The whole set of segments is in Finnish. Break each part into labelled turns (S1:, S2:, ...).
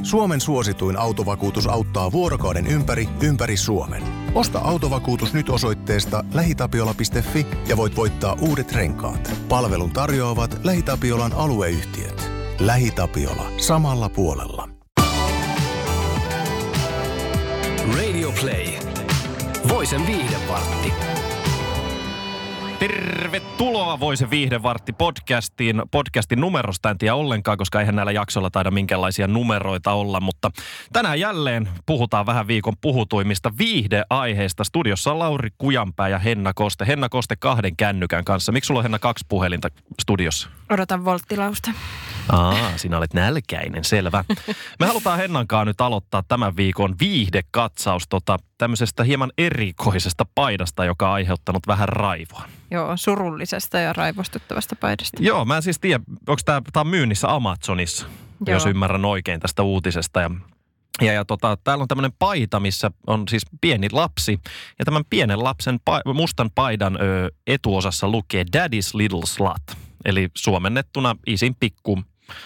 S1: Suomen suosituin autovakuutus auttaa vuorokauden ympäri Suomen. Osta autovakuutus nyt osoitteesta lähitapiola.fi ja voit voittaa uudet renkaat. Palvelun tarjoavat LähiTapiolan alueyhtiöt. LähiTapiola. Samalla puolella.
S2: Radio Play. Voisen viihdevartti.
S3: Tervetuloa Voisen viihdevartti podcastin numerosta. En tiedä ollenkaan, koska eihän näillä jaksoilla taida minkälaisia numeroita olla. Mutta tänään jälleen puhutaan vähän viikon puhutuimmista viihdeaiheista. Studiossa on Lauri Kujanpää ja Henna Koste. Henna Koste 2 kännykän kanssa. Miksi sulla on, Henna, 2 puhelinta studiossa?
S4: Odotan volttilausta.
S3: Sinä olet nälkäinen, selvä. Me halutaan Hennankaan nyt aloittaa tämän viikon viihdekatsaus tämmöisestä hieman erikoisesta paidasta, joka on aiheuttanut vähän raivoa.
S4: Joo, surullisesta ja raivostuttavasta paidasta.
S3: Joo, mä en siis tiedä, onko tämä on myynnissä Amazonissa, jos ymmärrän oikein tästä uutisesta. Ja täällä on tämmöinen paita, missä on siis pieni lapsi. Ja tämän pienen lapsen mustan paidan etuosassa lukee Daddy's Little Slut. Eli suomennettuna isin pikku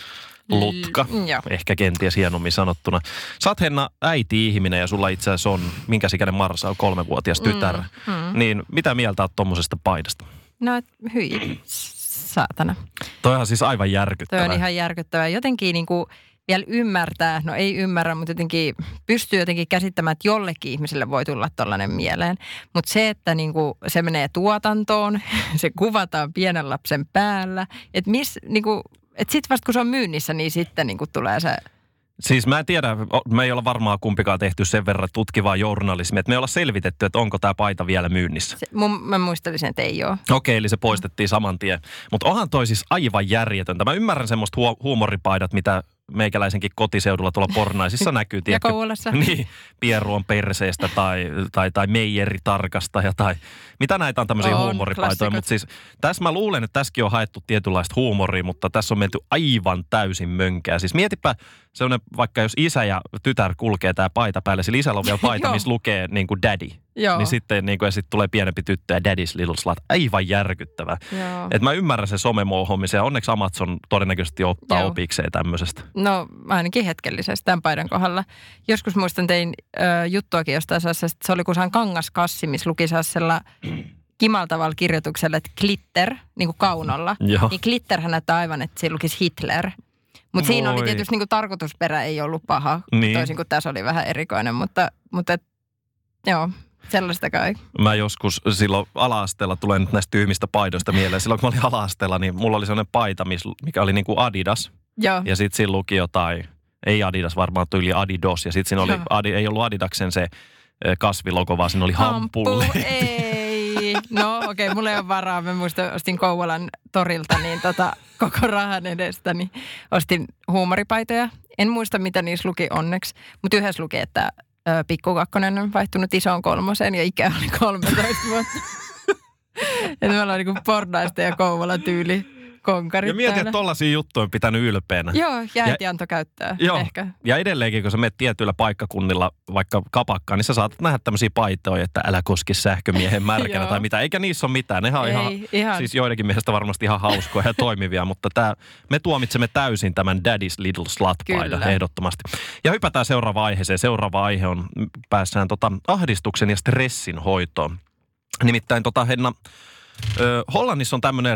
S3: lutka. Ehkä kenties hienommin sanottuna. Sä oot, Henna, äiti-ihminen ja sulla itse asiassa on, minkäs ikäinen Marsa on 3-vuotias tytär. Niin mitä mieltä oot tommosesta paidasta?
S4: No, hyi, saatana.
S3: Toi on siis aivan järkyttävää.
S4: Toi on ihan järkyttävää. Jotenkin niinku vielä ymmärtää, no ei ymmärrä, mutta jotenkin pystyy jotenkin käsittämään, että jollekin ihmiselle voi tulla tollainen mieleen. Mutta se, että niinku se menee tuotantoon, se kuvataan pienen lapsen päällä, että sitten vasta kun se on myynnissä, niin sitten niinku tulee se.
S3: Siis mä en tiedä, me ei olla varmaan kumpikaan tehty sen verran tutkivaa journalismia, että me ei olla selvitetty, että onko tämä paita vielä myynnissä.
S4: Mä muistelisin, että ei ole.
S3: Okei, eli se poistettiin saman tien. Mutta onhan toi siis aivan järjetöntä. Mä ymmärrän semmoista huumoripaidat, mitä meikäläisenkin kotiseudulla tuolla Pornaisissa näkyy.
S4: Ja Kouvolassa.
S3: Niin, Pieru on perseestä tai meijeri tarkastaja tai mitä näitä on tämmöisiä huumoripaitoja. Mutta siis tässä mä luulen, että tässäkin on haettu tietynlaista huumoria, mutta tässä on menty aivan täysin mönkää. Siis mietipä sellainen, vaikka jos isä ja tytär kulkee tää paita päälle, sillä isällä on vielä paita, missä lukee niin kuin daddy. Joo. Niin sitten niin kuin, ja sitten tulee pienempi tyttö ja Daddy's Little Slut. Aivan järkyttävää. Että mä ymmärrän sen somemouhomisen ja onneksi Amazon todennäköisesti ottaa opikseen tämmöisestä.
S4: No ainakin hetkellisesti tämän paidan kohdalla. Joskus muistan tein juttuakin jostain sellaisesta, että se oli kuin sehän kangaskassi, missä luki sellaisella kimaltavalla kirjoituksella, että glitter, niin kuin kaunolla. Niin glitterhän näyttää aivan, että siinä lukisi Hitler. Mutta siinä oli tietysti niin kuin tarkoitusperä ei ollut paha, toisin kuin tässä oli vähän erikoinen, mutta joo. Sellaista kai.
S3: Mä joskus silloin ala-asteella, tulen nyt näistä tyhmistä paidoista mieleen. Silloin kun mä olin ala-asteella, niin mulla oli sellainen paita, mikä oli niin kuin Adidas. Joo. Ja sitten siinä luki jotain, ei Adidas varmaan, tyyli Adidos. Ja sitten siinä oli, ei ollut Adidaksen se kasvilogo, vaan siinä oli Hampulle.
S4: Ei. No okei, mulla ei ole varaa. Mä muistan, ostin Kouvolan torilta niin koko rahan edestä, niin ostin huumoripaitoja. En muista, mitä niissä luki onneksi, mutta yhdessä luki, että pikku kakkonen on vaihtunut isoon 3 ja ikä oli 13 vuotta. Että me ollaan niin kuin Pornaista ja Kouvolan tyyli konkarit.
S3: Ja mietin, että tollaisia juttuja on pitänyt ylpeänä.
S4: Joo, ja äiti antoi käyttää ehkä.
S3: Ja edelleenkin, kun sä menet tietyillä paikkakunnilla vaikka kapakkaan, niin sä saatat nähdä tämmöisiä paitoja, että älä koski sähkömiehen märkänä tai mitä. Eikä niissä ole mitään. Nehän on ihan, siis joidenkin mielestä varmasti ihan hauskoja ja toimivia, mutta me tuomitsemme täysin tämän Daddy's Little Slut-paidan ehdottomasti. Ja hypätään seuraavaan aiheeseen. Seuraava aihe on, päässään ahdistuksen ja stressin hoitoon. Nimittäin Henna, Hollannissa on tämmöinen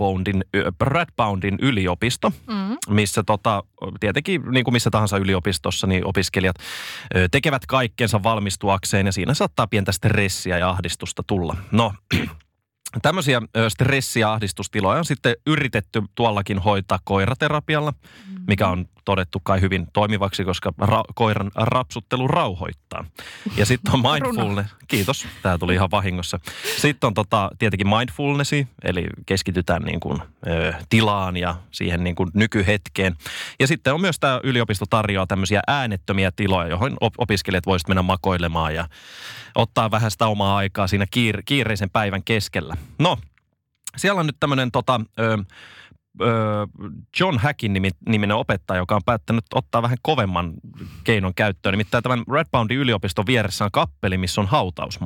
S3: Radboudin yliopisto, missä tietenkin niin kuin missä tahansa yliopistossa, niin opiskelijat tekevät kaikkensa valmistuakseen ja siinä saattaa pientä stressiä ja ahdistusta tulla. No, tämmöisiä stressi- ja ahdistustiloja on sitten yritetty tuollakin hoitaa koiraterapialla, mikä on todettu kai hyvin toimivaksi, koska koiran rapsuttelu rauhoittaa. Ja sitten on mindfulness. Kiitos, tämä tuli ihan vahingossa. Sitten on tietenkin mindfulnessi, eli keskitytään niin kuin, tilaan ja siihen niin kuin nykyhetkeen. Ja sitten on myös tämä yliopisto tarjoaa tämmöisiä äänettömiä tiloja, johon opiskelijat voisivat mennä makoilemaan ja ottaa vähän sitä omaa aikaa siinä kiireisen päivän keskellä. No, siellä on nyt tämmöinen John Hackin niminen opettaja, joka on päättänyt ottaa vähän kovemman keinon käyttöön. Nimittäin tämän Radboudin yliopiston vieressä on kappeli, missä on hautausmaa.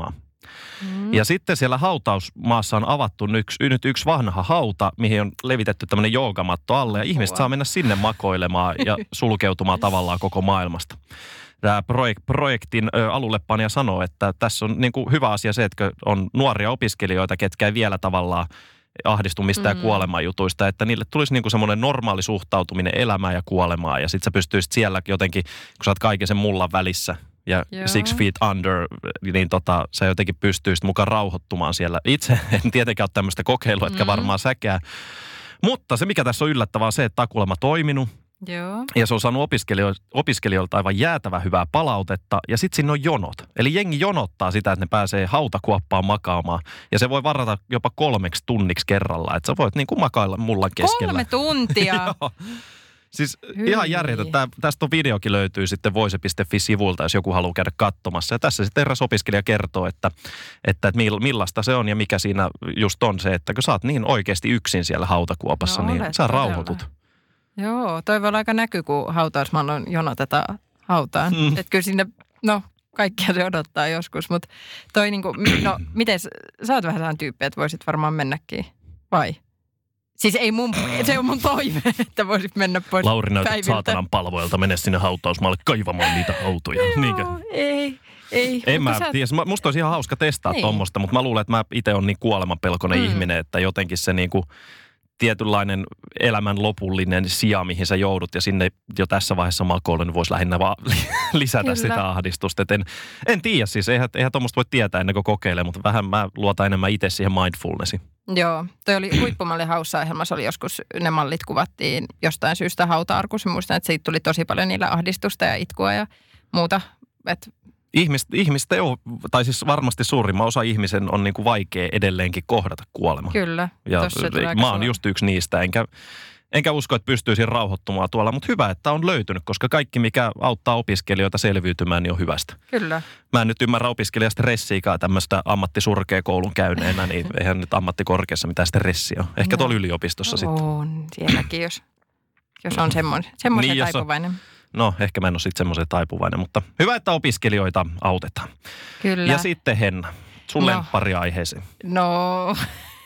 S3: Ja sitten siellä hautausmaassa on avattu nyt yksi vanha hauta, mihin on levitetty tämmöinen joogamatto alle. Ja ihmiset saa mennä sinne makoilemaan ja sulkeutumaan tavallaan koko maailmasta. Tämä projektin alullepanija sanoo, että tässä on niin kuin hyvä asia se, että on nuoria opiskelijoita, ketkä ei vielä tavallaan ahdistumista ja kuolemajutuista, että niille tulisi niin kuin semmoinen normaali suhtautuminen elämään ja kuolemaan. Ja sitten sä pystyisit siellä jotenkin, kun sä oot kaiken sen mullan välissä ja 6 feet under, niin sä jotenkin pystyisit mukaan rauhoittumaan siellä. Itse en tietenkään ole tämmöistä kokeilua, etkä varmaan säkää. Mutta se, mikä tässä on yllättävää, on se, että tämä kuulemma toiminut.
S4: Joo.
S3: Ja se on saanut opiskelijoilta aivan jäätävän hyvää palautetta. Ja sitten siinä on jonot. Eli jengi jonottaa sitä, että ne pääsee hautakuoppaan makaamaan. Ja se voi varata jopa 3 tunniksi kerralla. Että sä voit niin kuin makailla mullan keskellä.
S4: 3 tuntia?
S3: Joo. Siis ihan järjetöntä. Tästä on videokin löytyy sitten voise.fi-sivulta, jos joku haluaa käydä katsomassa. Ja tässä sitten eräs opiskelija kertoo, että millaista se on ja mikä siinä just on se, että kun sä oot niin oikeasti yksin siellä hautakuopassa, niin sä rauhoitut.
S4: Joo, toi voi olla aika näky, kun hautausmaalla jonotetaan hautaan. Että kyllä sinne, kaikkia se odottaa joskus, mutta toi niinku, miten, sä oot vähän sellainen tyyppi, että voisit varmaan mennäkin, vai? Siis ei se on mun toive, että voisit mennä pois
S3: Lauri, näytät
S4: päiviltä.
S3: saatanan palvoilta, mene sinne hautausmaalle kaivamaan niitä hautoja. Niinkö?
S4: Ei.
S3: En mä tiedä. Musta olisi ihan hauska testaa tommosta, mutta mä luulen, että mä itse on niin kuolemanpelkoinen ihminen, että jotenkin se niinku tietynlainen elämän lopullinen sija, mihin sä joudut ja sinne jo tässä vaiheessa makoilu, niin voisi lähinnä vaan lisätä sitä ahdistusta. Et en tiedä siis, eihän tuommoista voi tietää ennen kuin kokeilee, mutta vähän mä luotan enemmän itse siihen mindfulnessiin.
S4: Joo, toi oli Huippumalli Haussa-ohjelmassa, oli joskus ne mallit kuvattiin jostain syystä hauta-arkussa. Muistan, että siitä tuli tosi paljon niillä ahdistusta ja itkua ja muuta.
S3: Ihmiset ei ole, tai siis varmasti suurimman osa ihmisen on niin kuin vaikea edelleenkin kohdata kuolema.
S4: Kyllä.
S3: Ja mä oon just yksi niistä, enkä usko, että pystyisin rauhoittumaan tuolla, mutta hyvä, että on löytynyt, koska kaikki, mikä auttaa opiskelijoita selviytymään, niin on hyvästä.
S4: Kyllä.
S3: Mä en nyt ymmärrä opiskelijastressiikaa tämmöistä ammattisurkeakoulun käyneenä, niin eihän nyt ammattikorkeassa mitään stressiä ole. Ehkä tuolla yliopistossa sitten.
S4: On sielläkin, jos on semmoinen niin, taipuvainen.
S3: No, ehkä mä en ole sitten semmoisen taipuvainen, mutta hyvä, että opiskelijoita autetaan.
S4: Kyllä.
S3: Ja sitten Henna, sun lemppari aiheeseen.
S4: No,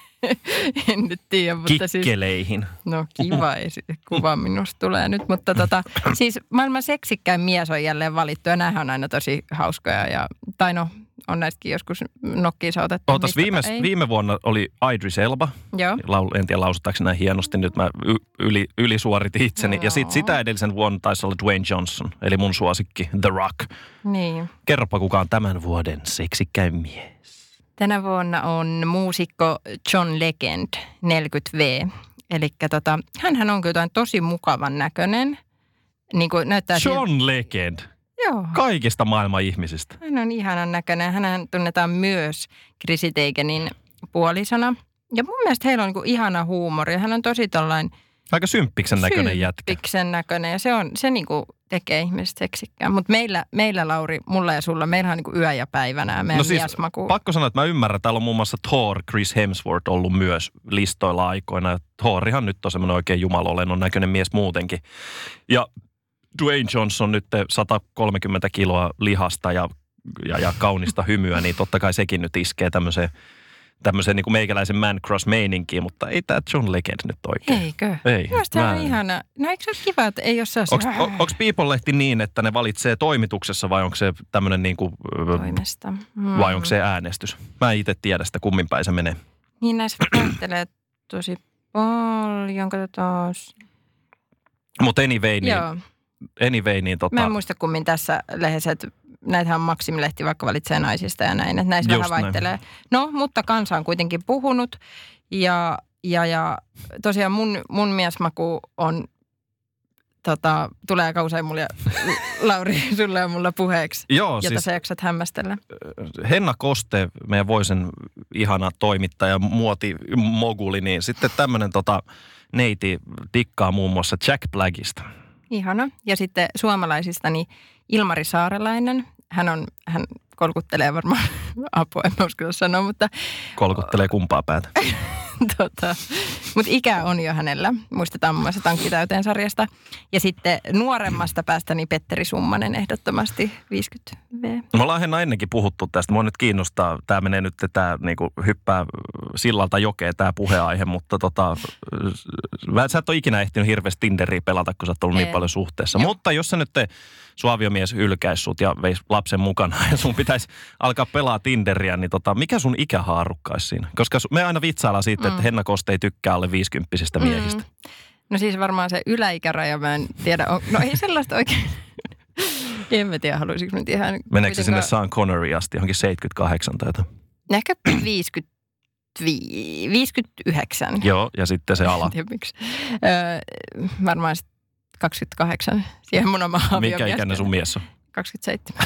S4: en nyt tiedä, mutta
S3: kikkeleihin.
S4: Kiva kuva minusta tulee nyt, mutta siis maailman seksikkäin mies on jälleen valittu ja näähän on aina tosi hauskoja on näistäkin joskus nokkiinsa otettu.
S3: Viime vuonna oli Idris Elba.
S4: Joo.
S3: En tiedä lausutaanko näin hienosti, nyt mä ylisuoritin itseni. Joo. Ja sitten sitä edellisen vuonna taisi olla Dwayne Johnson, eli mun suosikki The Rock.
S4: Niin.
S3: Kerropa, kuka on tämän vuoden seksikkäin mies.
S4: Tänä vuonna on muusikko John Legend, 40V. Eli hänhän on kyllä tosi mukavan näköinen. Niin kuin näyttää
S3: John Legend?
S4: Joo.
S3: Kaikista maailman ihmisistä.
S4: Hän on ihanan näköinen. Hänhän tunnetaan myös Chrissy Teigenin puolisona. Ja mun mielestä heillä on niin kuin ihana huumori. Hän on tosi tollain
S3: aika symppiksen näköinen jätkä.
S4: Symppiksen näköinen ja se niin kuin tekee ihmisestä seksikkään. Mutta meillä Lauri, mulla ja sulla, meillä on niin kuin yö ja päivänä ja meidän miesmaku.
S3: Pakko sanoa, että mä ymmärrän. Täällä on muun muassa Thor, Chris Hemsworth ollut myös listoilla aikoina. Ja Thorihan nyt on semmoinen oikein jumalolennon näköinen mies muutenkin. Ja Dwayne Johnson nyt 130 kiloa lihasta ja kaunista hymyä, niin totta kai sekin nyt iskee tämmöiseen niin kuin meikäläisen man cross meininkiin, mutta ei tämä John Legend nyt oikein.
S4: Eikö?
S3: Ei.
S4: Mielestäni on ihana. No eikö se ole kiva, että ei ole sellaisia?
S3: Onko People-lehti niin, että ne valitsee toimituksessa vai onko se tämmöinen niin kuin
S4: toimesta?
S3: Vai onko se äänestys? Mä en itse tiedä sitä, kummin päin se menee.
S4: Niin näissä vaihtelee tosi paljon, katsotaan.
S3: Mutta anyway, niin
S4: Mä en muista kummin tässä lehdessä, että näitähän Maksimilehti vaikka valitsee naisista ja näin, että näissä vähän vaihtelee. Näin. No, mutta kansa on kuitenkin puhunut ja tosiaan mun miesmaku on, tulee aika usein mulle, Lauri, sulle ja mulla puheeksi, jota siis sä jaksat hämmästellä.
S3: Henna Koste, meidän Voisen ihana toimittaja, muotimoguli, niin sitten tämmöinen neiti dikkaa muun muassa Jack Blackista.
S4: Ihana. Ja sitten suomalaisista niin Ilmari Saarelainen. Hän kolkuttelee varmaan apua, en uskalla sanoa, mutta...
S3: Kolkuttelee kumpaa päätä?
S4: Mutta ikä on jo hänellä. Muistetaan muun muassa Tankki täyteen -sarjasta. Ja sitten nuoremmasta päästä niin Petteri Summanen ehdottomasti 50V.
S3: Me ollaan Henna ennenkin puhuttu tästä. Mua nyt kiinnostaa. Tämä menee nyt, tämä niinku hyppää sillalta jokeen tämä puheaihe, mutta sä et ole ikinä ehtinyt hirveästi Tinderiä pelata, kun sä oot ollut niin paljon suhteessa. Mutta jos sä nyt sun aviomies hylkäisi sut ja veisi lapsen mukana ja sun pitäisi alkaa pelaa Tinderiä, niin mikä sun ikähaarukka olisi siinä? Koska me aina vitsaillaan siitä, että Henna Koste ei tykkää alle 50-vuotiaista miehistä.
S4: No siis varmaan se yläikäraja, mä en tiedä. No ei sellaista oikein. En mä tiedä, haluaisinko nyt ihan...
S3: Meneekö se sinne Sean Connery asti, johonkin 78 tai jotain?
S4: Ehkä 59.
S3: Joo, ja sitten se ala.
S4: En tiedä miksi. Varmaan 28. Siihen mun oma aviomies.
S3: Mikä ikäinen sun mies on?
S4: 27.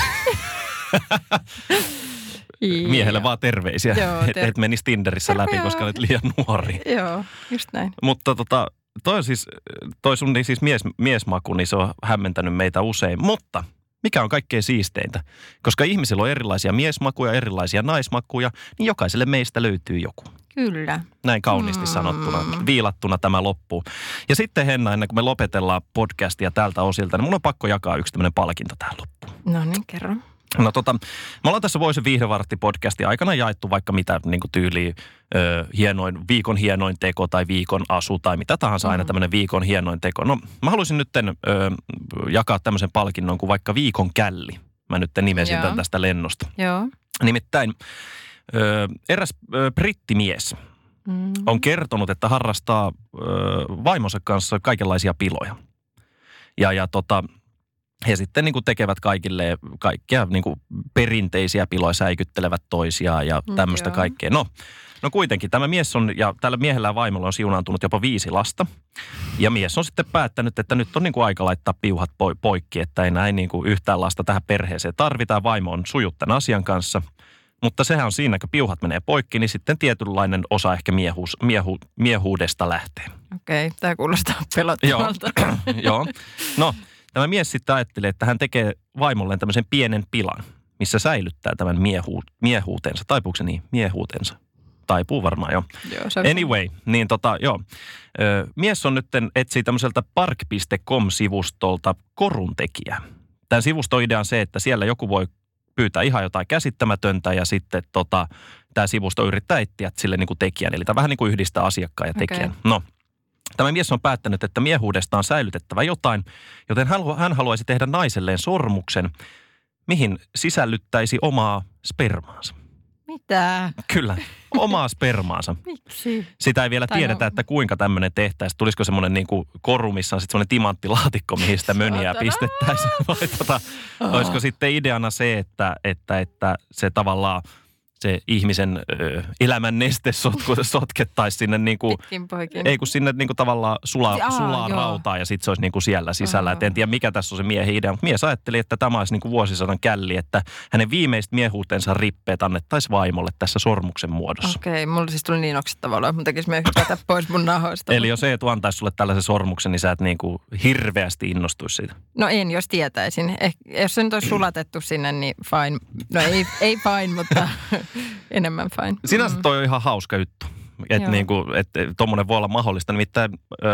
S3: Miehelle vaan terveisiä, että et menisi Tinderissä läpi, koska olet liian nuori.
S4: Joo, just näin.
S3: Mutta toi sun siis miesmaku, niin se on hämmentänyt meitä usein. Mutta mikä on kaikkein siisteintä? Koska ihmisillä on erilaisia miesmakuja, erilaisia naismakuja, niin jokaiselle meistä löytyy joku.
S4: Kyllä.
S3: Näin kauniisti sanottuna, viilattuna tämä loppuu. Ja sitten Henna, ennen kuin me lopetellaan podcastia tältä osilta, niin mun on pakko jakaa yksi tämmöinen palkinto tähän loppuun.
S4: No niin, kerro.
S3: No me ollaan tässä Voisen viihdevartti-podcastin aikana jaettu vaikka mitä niin kuin tyyliin viikon hienoin teko tai viikon asu tai mitä tahansa aina tämmöinen viikon hienoin teko. No mä haluaisin nyt jakaa tämmöisen palkinnon kuin vaikka viikon källi. Mä nyt nimesin tämän tästä lennosta.
S4: Joo.
S3: Nimittäin eräs brittimies on kertonut, että harrastaa vaimonsa kanssa kaikenlaisia piloja. He sitten niin kuin tekevät kaikille kaikkia niin kuin perinteisiä piloja, säikyttelevät toisiaan ja tämmöistä kaikkea. No kuitenkin tämä mies on, ja tällä miehellä ja vaimolla on siunaantunut jopa 5 lasta. Ja mies on sitten päättänyt, että nyt on niin kuin aika laittaa piuhat poikki, että ei näin niin kuin yhtään lasta tähän perheeseen tarvitaan. Vaimo on sujut tämän asian kanssa. Mutta sehän on siinä, kun piuhat menee poikki, niin sitten tietynlainen osa ehkä miehuudesta lähtee.
S4: Okei, tämä kuulostaa pelottavalta.
S3: Joo. No, tämä mies sitten ajattelee, että hän tekee vaimolleen tämmöisen pienen pilan, missä säilyttää tämän miehuutensa. Taipuuko se niin? Miehuutensa. Taipuu varmaan, joo. Anyway, niin mies on nyt etsii tämmöiseltä park.com-sivustolta koruntekijää. Tämän sivuston idea on se, että siellä joku voi pyytää ihan jotain käsittämätöntä ja sitten tämä sivusto yrittää etsiä sille niin kuin tekijän. Eli tämä vähän niin kuin yhdistää asiakkaan ja tekijän. Okay. No, tämä mies on päättänyt, että miehuudesta on säilytettävä jotain, joten hän haluaisi tehdä naiselleen sormuksen, mihin sisällyttäisi omaa spermaansa.
S4: Mitä?
S3: Kyllä, omaa spermaansa.
S4: Miksi?
S3: Sitä ei vielä tiedetä, että kuinka tämmöinen tehtäisiin. Tulisiko semmoinen niin kuin koru, missä on sitten semmoinen timanttilaatikko, mihin sitä mönjää pistettäisiin. Vai olisiko sitten ideana se, että se tavallaan se ihmisen elämän neste sotkettaisiin sinne niin kuin, ei kun sinne niin kuin tavallaan sulaa rautaa ja sitten se olisi niin kuin siellä sisällä. Et en tiedä mikä tässä on se miehen idea, mutta mies ajatteli, että tämä olisi niin kuin vuosisadan källi, että hänen viimeiset miehuutensa rippeet annettaisiin vaimolle tässä sormuksen muodossa. Okei,
S4: mulla siis tuli niin oksettavalla, että mun tekisi mieli hypätä pois mun nahoista.
S3: Eli jos Eetu antaisi sulle tällaisen sormuksen, niin sä et niin kuin hirveästi innostuisi siitä.
S4: No en, jos tietäisin. Jos se nyt olisi sulatettu sinne, niin fine. No ei fine, mutta enemmän fine.
S3: Sinänsä toi on ihan hauska juttu, että niinku, tommonen voi olla mahdollista. Nimittäin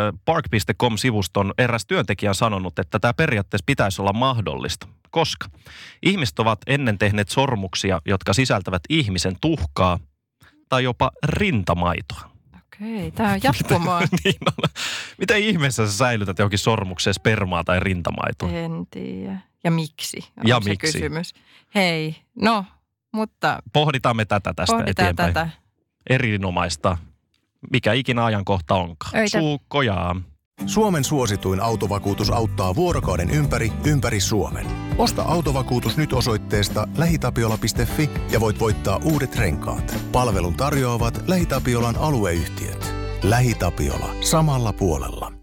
S3: park.com-sivuston eräs työntekijä on sanonut, että tämä periaatteessa pitäisi olla mahdollista, koska ihmiset ovat ennen tehneet sormuksia, jotka sisältävät ihmisen tuhkaa tai jopa rintamaitoa.
S4: Okei, tämä on jatkumoa.
S3: Niin on. Miten ihmeessä sä säilytät johonkin sormukseen spermaa tai rintamaitoa?
S4: En tiedä. Ja miksi?
S3: Ja miksi?
S4: Kysymys. Hei, no, mutta...
S3: Pohditaan me tätä tästä eteenpäin. Tätä. Erinomaista. Mikä ikinä ajankohta onkaan. Suukkojaa.
S1: Suomen suosituin autovakuutus auttaa vuorokauden ympäri Suomen. Osta autovakuutus nyt osoitteesta lähitapiola.fi ja voit voittaa uudet renkaat. Palvelun tarjoavat LähiTapiolan alueyhtiöt. LähiTapiola. Samalla puolella.